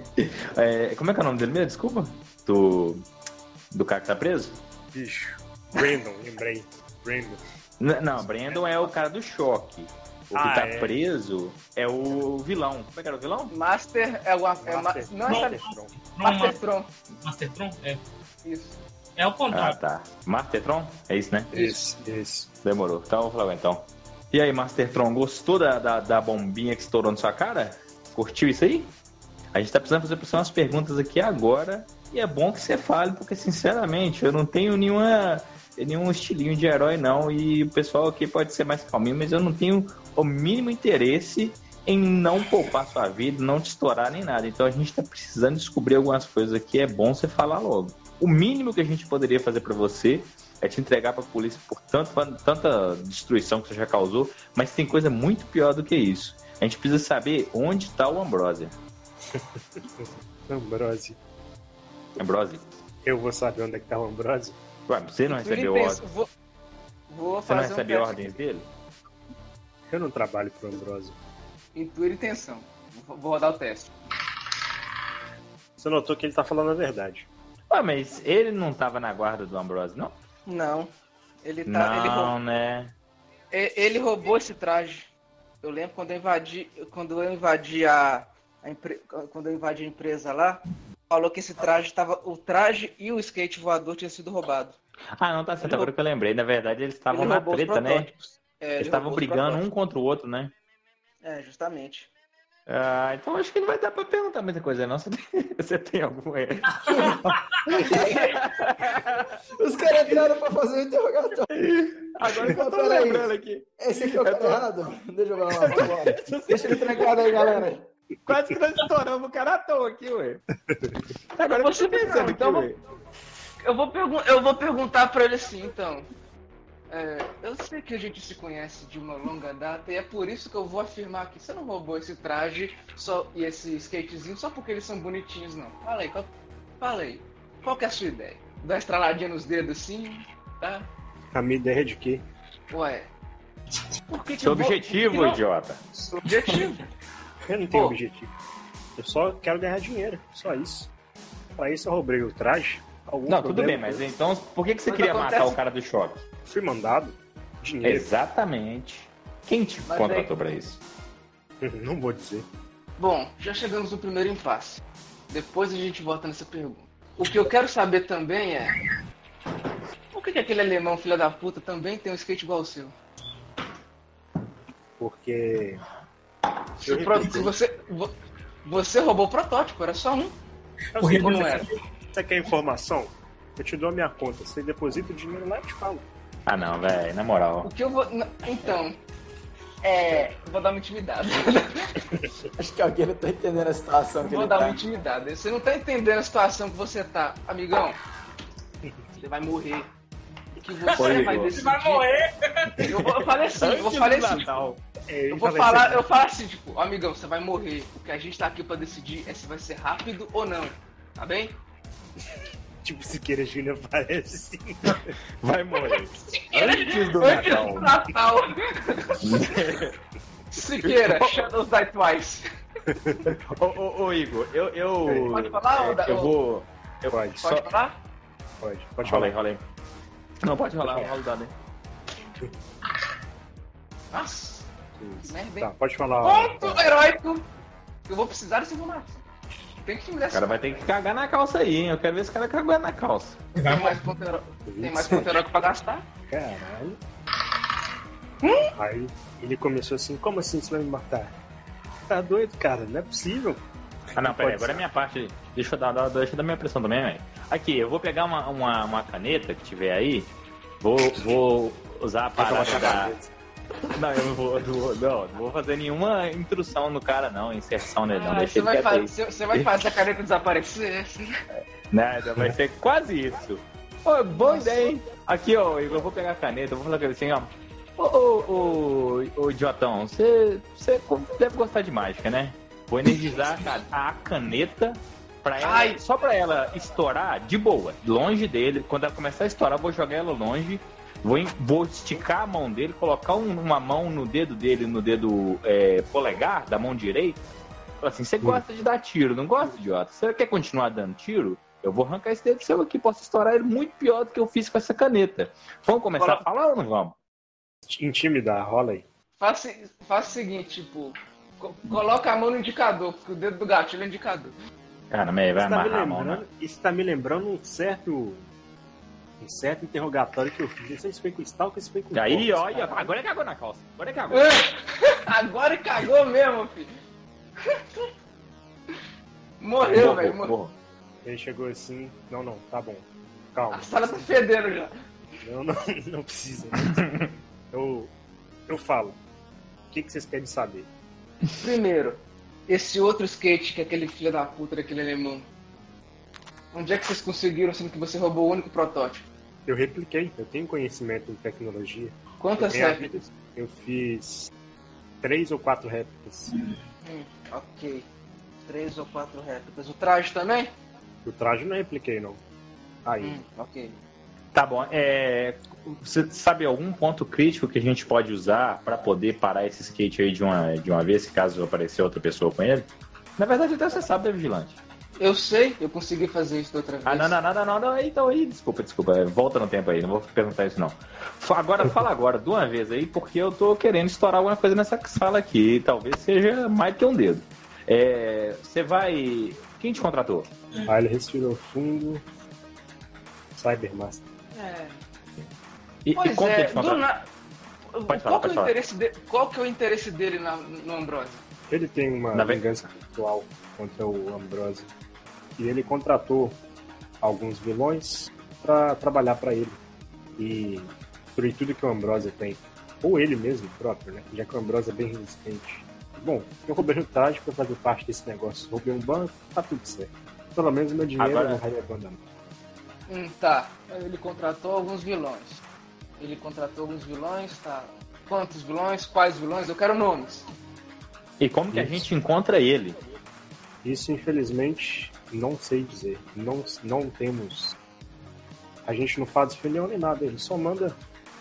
H: É, como é que é o nome dele mesmo? Desculpa. Do. Do cara que tá preso?
A: Bicho. Brandon, lembrei. Brandon.
H: N- não, Brandon é o cara do choque. O que
A: Ah,
H: tá
A: é.
H: preso é o vilão. Como é que era o vilão?
B: Master é o. É ma-
A: Master,
B: não é
A: Master
B: Master,
A: Tron.
D: Não,
B: Master
D: Master,
B: Tron.
D: Master Tron? É.
B: Isso.
D: É o
H: Ah,
D: contrário.
H: tá. Mastertron? É isso, né?
A: Isso, isso.
H: Demorou. Então eu vou falar então. E aí, Mastertron, gostou da, da, da bombinha que estourou na sua cara? Curtiu isso aí? A gente tá precisando fazer pra você umas perguntas aqui agora. E é bom que você fale, porque sinceramente eu não tenho nenhuma, nenhum estilinho de herói, não. E o pessoal aqui pode ser mais calminho, mas eu não tenho o mínimo interesse em não poupar sua vida, não te estourar nem nada. Então a gente tá precisando descobrir algumas coisas aqui. É bom você falar logo. O mínimo que a gente poderia fazer pra você é te entregar pra polícia por tanto, tanta destruição que você já causou, mas tem coisa muito pior do que isso. A gente precisa saber onde tá o Ambrosia.
A: Ambrose.
H: Ambrosia.
A: Eu vou saber onde é que tá o Ambrose?
H: Ué, você não recebeu
B: Ele
H: ordem?
B: pensa, vou, vou
H: Você não
B: fazer um
H: recebeu
B: teste.
H: ordens dele?
A: Eu não trabalho pro Ambrose.
B: Intuir e tensão. Vou, vou rodar o teste.
A: Você notou que ele tá falando a verdade.
H: Ué, mas ele não tava na guarda do Ambrose, não?
B: Não. Ele tá. Ele, roubou,
H: Não, né?
B: e- ele roubou esse traje. Eu lembro quando eu invadi. Quando eu invadi a. a empre- quando eu invadi a empresa lá, falou que esse traje tava. O traje e o skate voador tinham sido roubado.
H: Ah, não, tá certo,
B: Ele
H: agora que eu lembrei. Na verdade, eles estavam
B: Ele
H: na
B: roubou os
H: treta, né?
B: protótipos. É, ele
H: Eles estavam
B: roubou os
H: brigando um
B: protótipos.
H: contra o outro, né?
B: É, justamente.
H: Ah, então acho que não vai dar pra perguntar muita coisa, não. Você tem, você tem algum erro?
G: Os caras entraram pra fazer o interrogatório.
H: Agora que eu tô
G: Peraí.
H: lembrando aqui.
G: Esse aqui é o cara errado? Deixa eu ver lá, vambora. Deixa ele trancado aí, galera.
H: Quase que nós estouramos o cara à toa aqui, ué. Agora que eu tô pensando aqui,
B: Então,
H: ué.
B: Eu vou, pergun- eu vou perguntar pra ele assim, então. É, eu sei que a gente se conhece de uma longa data e é por isso que eu vou afirmar que você não roubou esse traje só, e esse skatezinho só porque eles são bonitinhos, não. Fala aí, qual, fala aí. Qual que é a sua ideia? Dá uma estraladinha nos dedos assim, tá?
A: A minha ideia é de quê?
B: Ué. Por que que
H: Seu
B: eu vou-
H: objetivo,
B: por que não-
H: idiota.
B: Seu objetivo.
A: Eu não tenho
B: Pô.
A: objetivo. Eu só quero ganhar dinheiro, só isso. Pra isso eu roubei o traje. Algum
H: Não, tudo
A: problema?
H: bem, mas então por que, que você
B: Mas
H: queria
B: acontece-
H: matar o cara do choque?
A: Fui mandado. Dinheiro.
H: Exatamente. Quem te
B: Mas
H: contratou
B: aí-
H: pra isso?
A: Não vou dizer.
B: Bom, já chegamos no primeiro impasse. Depois a gente volta nessa pergunta. O que eu quero saber também é que, que aquele alemão, filho da puta, também tem um skate igual o seu?
A: Porque.
B: Se, o pro- se você. vo- Você roubou o protótipo, era só um.
A: É o
B: Ou
A: seguinte,
B: não era?
A: Você quer informação? Eu te dou a minha conta. Você deposita o dinheiro lá e eu te falo.
H: Ah, não, velho, na moral.
B: O que eu vou. n- Então. É. Vou dar uma intimidade.
G: Acho que alguém não tá entendendo a situação que
B: Vou
G: ele
B: dar
G: tá.
B: uma intimidade. Você não tá entendendo a situação que você tá, amigão. Você vai morrer. O que você
H: Oi,
B: vai
H: Igor.
B: decidir.
D: Vai morrer!
B: Eu, vou, eu falei assim, eu
H: Antes
B: falei
H: do
B: assim.
H: Natal.
A: É,
B: Eu vou
A: falei
B: falar,
A: assim,
B: eu falo assim, tipo, "Ó, amigão, você vai morrer. O que a gente tá aqui pra decidir é se vai ser rápido ou não. Tá bem?
A: Tipo, Siqueira Júnior parece sim.
H: Vai morrer. Antes do
B: Antes
H: Natal.
B: do Natal. Siqueira, Shadows Die Twice.
H: Ô, ô, ô, Igor, eu. eu
B: Pode falar,
H: é,
B: ou da-
H: eu
B: ou-
H: vou. Eu,
A: Pode,
H: só...
B: Pode falar?
A: Pode, pode
H: Rola aí,
A: falar.
H: rola aí. Não, pode rolar,
A: Pode
H: rola o dado aí.
B: Nossa, que merda, hein?
A: Tá, pode falar.
B: Ponto heróico. Eu vou precisar dessa informação. Tem que me
H: O
B: dar
H: cara vai ter que cagar na calça aí, hein? Eu quero ver esse cara cagando na calça.
B: Tem mais ponto heróico, tem mais ponto heróico pra gastar?
A: Caralho.
B: Hum?
A: Aí ele começou assim, como assim você vai me matar? Tá doido, cara? Não é possível.
H: Ah, não, peraí,
A: Pode
H: agora é
A: ser.
H: minha parte. Deixa eu dar, dar- deixa eu dar minha pressão também, velho. Aqui, eu vou pegar uma, uma, uma caneta que tiver aí, vou, vou usar a parada da. Não, eu não vou, não vou, não, não vou fazer nenhuma intrução no cara, não, inserção nele, não.
B: Ah,
H: Deixa
B: você,
H: ele
B: vai
H: quieto aí.
B: fazer, você vai fazer a caneta desaparecer?
H: Nada, vai ser quase isso. Ô, boa ideia, hein? Aqui, ó, Igor, eu vou pegar a caneta, eu vou falar com ele assim, ó. Ô, ô, ô, ô, idiotão, você, você deve gostar de mágica, né? Vou energizar a, a caneta pra ela,
B: Ai.
H: só pra ela estourar de boa, longe dele. Quando ela começar a estourar, eu vou jogar ela longe. Vou, em- vou esticar a mão dele, colocar um- uma mão no dedo dele, no dedo é, polegar da mão direita. Falar assim, você gosta de dar tiro, não gosta, idiota? Você quer continuar dando tiro? Eu vou arrancar esse dedo seu aqui, posso estourar ele muito pior do que eu fiz com essa caneta. Vamos começar
B: Colo-
H: a falar ou não vamos?
A: Intimidar, rola aí.
B: Faça, faça o seguinte, tipo, co- coloca a mão no indicador, porque o dedo do gatilho é o indicador.
H: Cara, meio, vai
A: Isso tá, me
H: amarrar a mão, né?
A: lembrando, isso tá me lembrando um certo. Um certo interrogatório que eu fiz. Não sei se foi com o Stalker, se foi com o
H: Aí,
A: Corpus,
H: olha,
A: cara.
H: agora cagou na calça. Agora cagou.
B: Agora cagou mesmo, filho. Morreu, velho. Morreu.
A: Ele chegou assim. Não, não, tá bom. Calma.
B: A sala tá fedendo já.
A: Não, não, não precisa. Não precisa. Eu, eu falo. O que, que vocês querem saber?
B: Primeiro, esse outro skate que aquele filho da puta daquele alemão. Onde é que vocês conseguiram, sendo que você roubou o único protótipo?
A: Eu repliquei. Eu tenho conhecimento em tecnologia.
B: Quantas
A: Eu tenho-
B: réplicas?
A: Eu fiz três ou quatro réplicas.
B: Hum, ok. Três ou quatro réplicas. O traje também?
A: O traje eu não repliquei, não. Aí.
B: Hum, ok.
H: Tá bom, é... Você sabe algum ponto crítico que a gente pode usar pra poder parar esse skate aí de uma, de uma vez, caso aparecer outra pessoa com ele? Na verdade, até você sabe, é vigilante.
B: Eu sei, eu consegui fazer isso da outra vez.
H: Ah, não, não, não, não, não, não. Então aí, desculpa, desculpa. é, Volta no tempo aí, não vou perguntar isso não. Fa- Agora, fala agora, de uma vez aí, porque eu tô querendo estourar alguma coisa nessa sala aqui. E talvez seja mais que um dedo. É, Você vai. Quem te contratou?
A: Aí ele respirou fundo. Cybermaster.
B: É.
H: E, e
B: Pois
H: como que ele
B: é,
H: te
B: do
H: contratou?
B: na...
H: Pode
B: qual,
H: falar,
B: que é
H: pode
B: o
H: falar.
B: interesse de... qual que é o interesse dele na... no Ambrose?
A: Ele tem uma
H: Na ve-
A: vingança ritual contra o Ambrose. E ele contratou alguns vilões pra trabalhar pra ele. E destruir tudo que o Ambrose tem. Ou ele mesmo próprio, né? Já que o Ambrose é bem resistente. Bom, eu roubei um traje pra fazer parte desse negócio. Roubei um banco, tá tudo certo. Pelo menos meu dinheiro
H: Agora-
A: não vai abandonar.
B: Hum, tá. Ele contratou alguns vilões. Ele contratou alguns vilões, tá. Quantos vilões? Quais vilões? Eu quero nomes.
H: E como que a
A: Isso.
H: gente encontra ele?
A: Isso, infelizmente, não sei dizer. Não, não temos. A gente não faz reunião nem nada. Ele só manda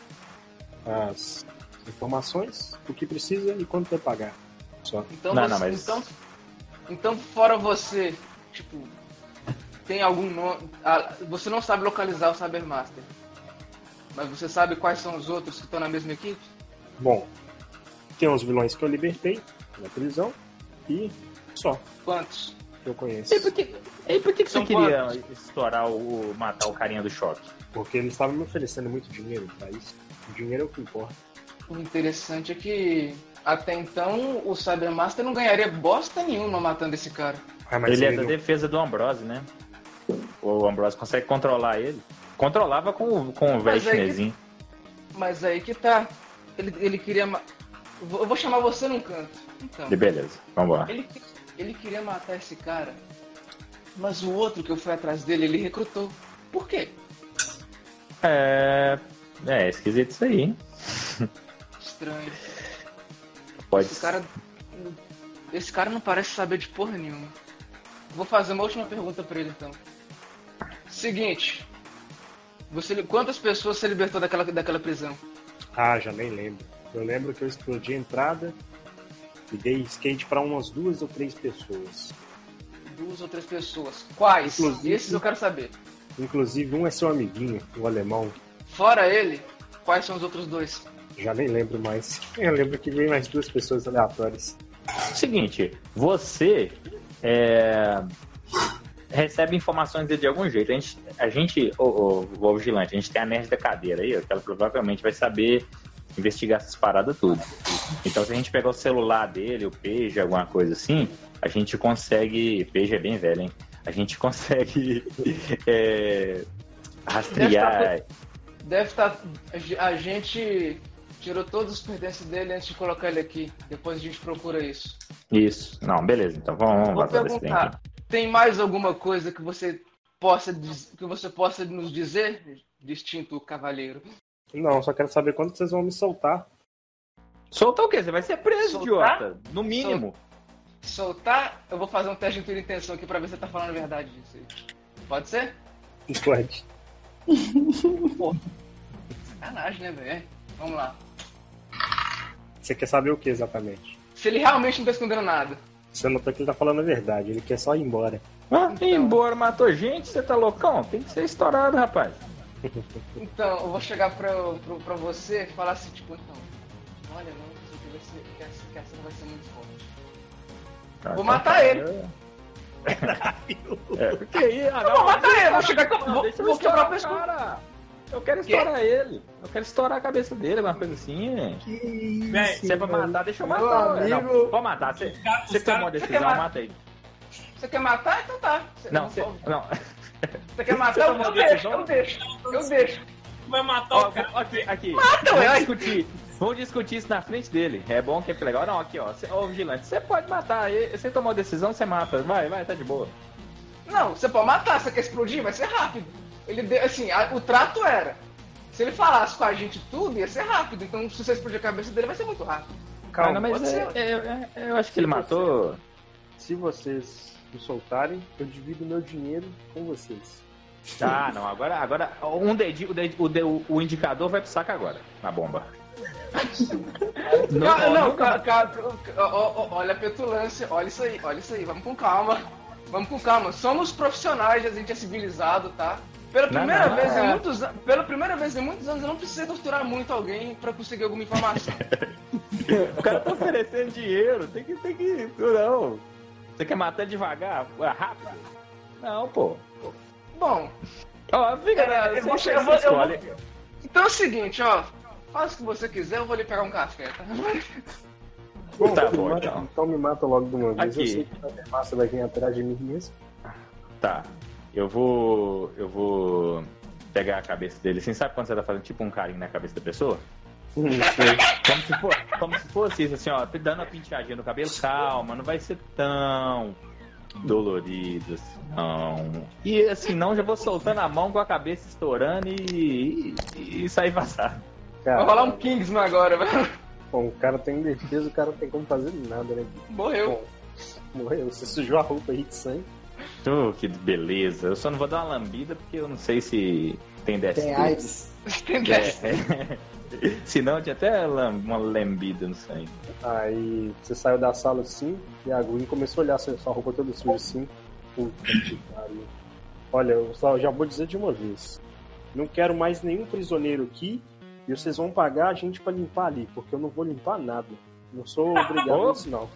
A: as informações, o que precisa e quanto vai pagar. Só.
B: Então,
H: Não,
B: você,
H: não, mas-
B: então, então, fora você, tipo, tem algum nome. Ah, você não sabe localizar o Cybermaster. Mas você sabe quais são os outros que estão na mesma equipe?
A: Bom, tem os vilões que eu libertei na prisão e só.
B: Quantos?
A: que eu conheço.
H: E por que, e por que, que você
B: São
H: queria
B: quantos?
H: estourar o. matar o carinha do choque?
A: Porque eles estavam me oferecendo muito dinheiro pra isso. O dinheiro é o que importa.
B: O interessante é que até então o Cybermaster não ganharia bosta nenhuma matando esse cara.
A: Ah, mas
H: Ele é
A: ele
H: da
A: não-
H: defesa do Ambrose, né? O Ambrose consegue controlar ele. Controlava com, o- com o velho
B: Mas aí que-
H: chinesinho.
B: Mas aí que tá. Ele, ele queria. ma- Eu vou eu vou chamar você num canto. Então.
H: E beleza, vambora.
B: Ele, ele queria matar esse cara. Mas o outro que eu fui atrás dele, ele recrutou. Por quê?
H: É. É, esquisito isso aí, hein?
B: Estranho.
H: Pode
B: Esse cara. Esse cara não parece saber de porra nenhuma. Vou fazer uma última pergunta pra ele então. Seguinte. Você, quantas pessoas você libertou daquela, daquela prisão?
A: Ah, já nem lembro. Eu lembro que eu explodi a entrada e dei skate pra umas duas ou três pessoas.
B: Duas ou três pessoas. Quais?
A: Inclusive-
B: Esses eu quero saber.
A: Inclusive, um é seu amiguinho, o alemão.
B: Fora ele, quais são os outros dois?
A: Já nem lembro mais. Eu lembro que veio mais duas pessoas aleatórias.
H: Seguinte, você é, recebe informações de algum jeito. A gente, a gente o, o, o vigilante, a gente tem a nerd da cadeira aí, ó, que ela provavelmente vai saber investigar essas paradas tudo. Então, se a gente pegar o celular dele, o page, alguma coisa assim, a gente consegue. Page é bem velho, hein? A gente consegue é, rastrear.
B: Deve estar. A gente tirou todos os pertences dele antes de colocar ele aqui. Depois a gente procura isso.
H: Isso. Não, beleza. Então vamos, vamos
B: Vou
H: vazar desse trem aqui.
B: perguntar. Tem mais alguma coisa que você possa diz- que você possa nos dizer, distinto cavalheiro?
A: Não, só quero saber quando vocês vão me soltar.
H: Soltar o quê? Você vai ser preso,
B: Soltar?
H: idiota. No mínimo.
B: Soltar? Eu vou fazer um teste de intuição intenção aqui pra ver se você tá falando a verdade disso aí. Pode ser?
A: Pode.
B: Sacanagem, né, velho? Vamos lá.
A: Você quer saber o que exatamente?
B: Se ele realmente não tá escondendo nada.
A: Você notou que ele tá falando a verdade, ele quer só ir embora.
H: Ah,
B: Então.
H: ir embora, matou gente, você tá loucão? Tem que ser estourado, rapaz.
B: Então, eu vou chegar pra, pra, pra você e falar assim, tipo, então, olha, não, isso aqui vai ser, que essa, que essa não vai ser muito forte. Vou matar ele.
H: É, porque aí, ah,
B: Eu vou matar ele, vou chegar com...
H: não,
B: Vou,
H: deixa eu
B: vou quebrar o
H: estourar,
B: pescoço.
H: cara. Eu quero
B: Quê?
H: estourar ele. Eu quero estourar a cabeça dele, alguma coisa assim.
D: Véi,
H: Se é pra matar, deixa eu
G: Meu
H: matar. ué.
G: amigo.
H: Não, pode matar. Você,
D: Os cara-
H: você
D: os
H: tomou a
D: cara-
H: decisão,
B: você quer
H: mata ele.
B: Você quer matar? Então tá. Você,
H: Não, você,
B: não,
H: não.
B: você quer matar?
H: você
B: Eu,
H: tomou
B: eu
H: a
B: deixo,
H: decisão?
B: eu deixo. Eu deixo.
D: vai matar
H: Ó,
D: o cara.
H: aqui, aqui.
B: Mata,
H: vamos
B: ué.
H: discutir. Vamos discutir isso na frente dele. É bom que é legal. Não, aqui, ó. Cê, ô, vigilante, você pode matar. ele- Você tomou a decisão, você mata. Vai, vai, tá de boa.
B: Não, você pode matar, você quer explodir, vai ser rápido. Ele deu, assim, a- o trato era. Se ele falasse com a gente tudo, ia ser rápido. Então, se você explodir a cabeça dele, vai ser muito rápido.
A: Calma,
H: Ah, não, mas
B: pode
H: é-
B: ser.
H: é- é- eu acho que ele
A: Se
H: matou.
A: Se vocês me soltarem, eu divido meu dinheiro com vocês.
H: Ah, não. Agora, agora um dedinho, o, dedi- o, de- o- o indicador vai pro saco agora, na bomba.
B: Não,
H: ó,
B: não,
H: nunca-
B: ca- ca- ó, ó, olha a petulância, olha isso aí, olha isso aí, vamos com calma. Vamos com calma. Somos profissionais, a gente é civilizado, tá? Pela
H: Não,
B: primeira
H: não,
B: vez
H: é.
B: em muitos anos, pela primeira vez em muitos anos, eu não precisei torturar muito alguém pra conseguir alguma informação.
H: O cara tá oferecendo dinheiro, tem que, tem que. Não. Você quer matar devagar? Ué, rápido? Não, pô.
B: Bom,
H: Ó, fica.
B: É,
H: você,
B: eu vou-
H: você
B: eu vou- eu vou-
H: escolhe.
B: então é o seguinte, ó. Faz o que você quiser, eu vou lhe pegar um café, tá?
A: Bom,
H: Tá
A: me
H: bom,
A: mata-
H: então.
A: então me mata logo de uma vez.
H: Aqui.
A: Eu sei que a massa vai vir atrás de mim mesmo.
H: Tá. Eu vou. Eu vou pegar a cabeça dele assim. Sabe quando você tá fazendo tipo um carinho na cabeça da pessoa?
A: Hum, sei.
H: Como se, for, como se fosse isso, assim, ó, dando uma penteadinha no cabelo, calma, não vai ser tão dolorido assim, não. E assim, não, já vou soltando a mão com a cabeça estourando e, e, e sair vazado.
A: Cara,
B: Vai rolar um Kingsman agora, velho.
A: bom, o cara tem defesa, o cara não tem como fazer nada, né?
B: Morreu.
A: Bom, morreu. Você sujou a roupa aí de sangue.
H: Oh, que beleza. Eu só não vou dar uma lambida porque eu não sei se tem D S T.
G: Tem AIDS.
B: Tem dessa.
H: É. Se não, tinha até lam- uma lambida no sangue.
A: Aí você saiu da sala assim e a Gwen começou a olhar sua, sua roupa toda suja assim. Puta que pariu. Olha, eu só já vou dizer de uma vez. Não quero mais nenhum prisioneiro aqui e vocês vão pagar a gente pra limpar ali, porque eu não vou limpar nada. Não sou obrigado a isso, não.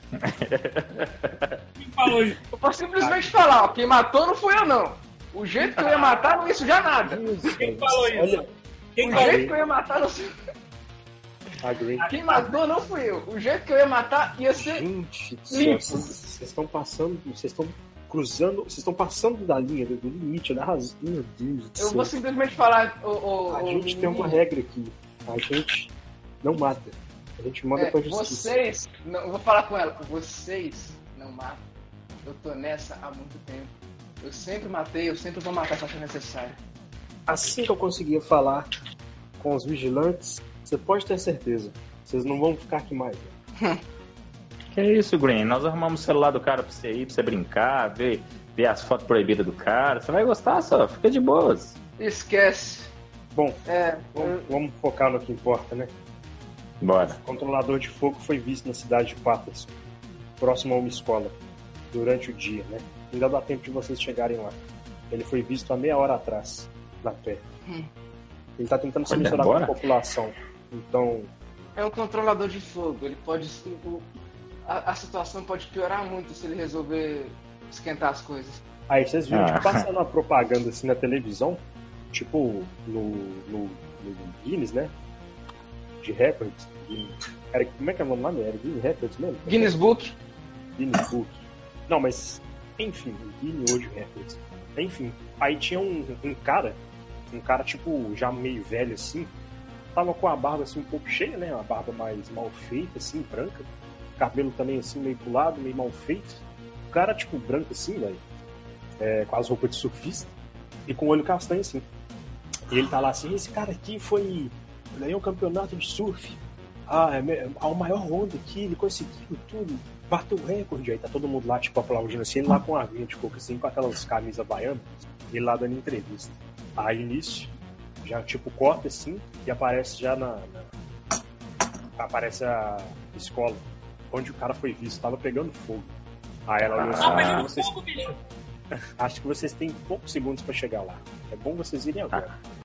D: Quem falou isso?
B: Eu posso simplesmente falar, ó, quem matou não fui eu, não. O jeito que eu ia matar não ia sujar nada.
D: Quem falou isso?
A: Olha,
D: Quem
B: O
D: falou
B: jeito
D: isso?
B: que eu ia matar não suja.
A: a Green.
B: Quem matou não fui eu. O jeito que eu ia matar ia ser.
A: Gente do céu,
B: Limpo.
A: vocês vocês estão passando, vocês estão cruzando, vocês estão passando da linha, do, do limite, da razão. Meu Deus do
B: Eu
A: céu.
B: vou simplesmente falar. O, o,
A: A
B: o
A: gente tem uma
B: menino.
A: regra aqui. A gente não mata. A gente manda
B: É,
A: pra justiça.
B: vocês. Não, eu vou falar com ela. Vocês não matam. Eu tô nessa há muito tempo. Eu sempre matei, eu sempre vou matar se achar necessário.
A: Assim que eu conseguir falar com os vigilantes, você pode ter certeza. Vocês não vão ficar aqui mais. Né?
H: Que isso, Green? Nós arrumamos o celular do cara pra você ir, pra você brincar, ver, ver as fotos proibidas do cara. Você vai gostar só, fica de boas.
B: Esquece.
A: Bom,
B: É.
A: vamos, vamos focar no que importa, né?
H: Bora.
A: O controlador de fogo foi visto na cidade de Patterson, próximo a uma escola, durante o dia, né? Ainda dá tempo de vocês chegarem lá. Ele foi visto há meia hora atrás, na pé.
B: Hum.
A: Ele tá tentando se
H: Olha,
A: misturar
H: bora.
A: com a população. Então,
B: É um controlador de fogo. Ele pode. o- A, a situação pode piorar muito se ele resolver esquentar as coisas.
A: aí vocês viram,
H: Ah.
A: tipo, passando uma propaganda assim na televisão, tipo, no, no, no Guinness, né? De Records. Guinness. Era, como é que é o nome lá? Era Guinness Records mesmo?
B: Guinness Book.
A: Guinness Book. Não, mas, enfim, Guinness World Records. Enfim, aí tinha um, um cara, um cara, tipo, já meio velho, assim, tava com a barba, assim, um pouco cheia, né? Uma barba mais mal feita, assim, branca. Cabelo também, assim, meio pro lado, meio mal feito. O cara, tipo, branco, assim, velho, é, com as roupas de surfista e com o olho castanho, assim. E ele tá lá assim, esse cara aqui foi... ganhou um campeonato de surf. Ah, é me- a maior onda aqui, ele conseguiu tudo. Bateu o recorde. Aí tá todo mundo lá, tipo, aplaudindo assim, ele lá com a aguinha de coco, assim, com aquelas camisas baianas, e ele lá dando entrevista. Aí nisso, já tipo, corta assim, e aparece já na. na- Aparece a escola, onde o cara foi visto, tava pegando fogo. Aí ela olhou assim,
D: Tá
A: acho, que
D: pegando
A: vocês,
D: fogo, bicho.
A: acho que vocês têm poucos segundos pra chegar lá. É bom vocês irem agora.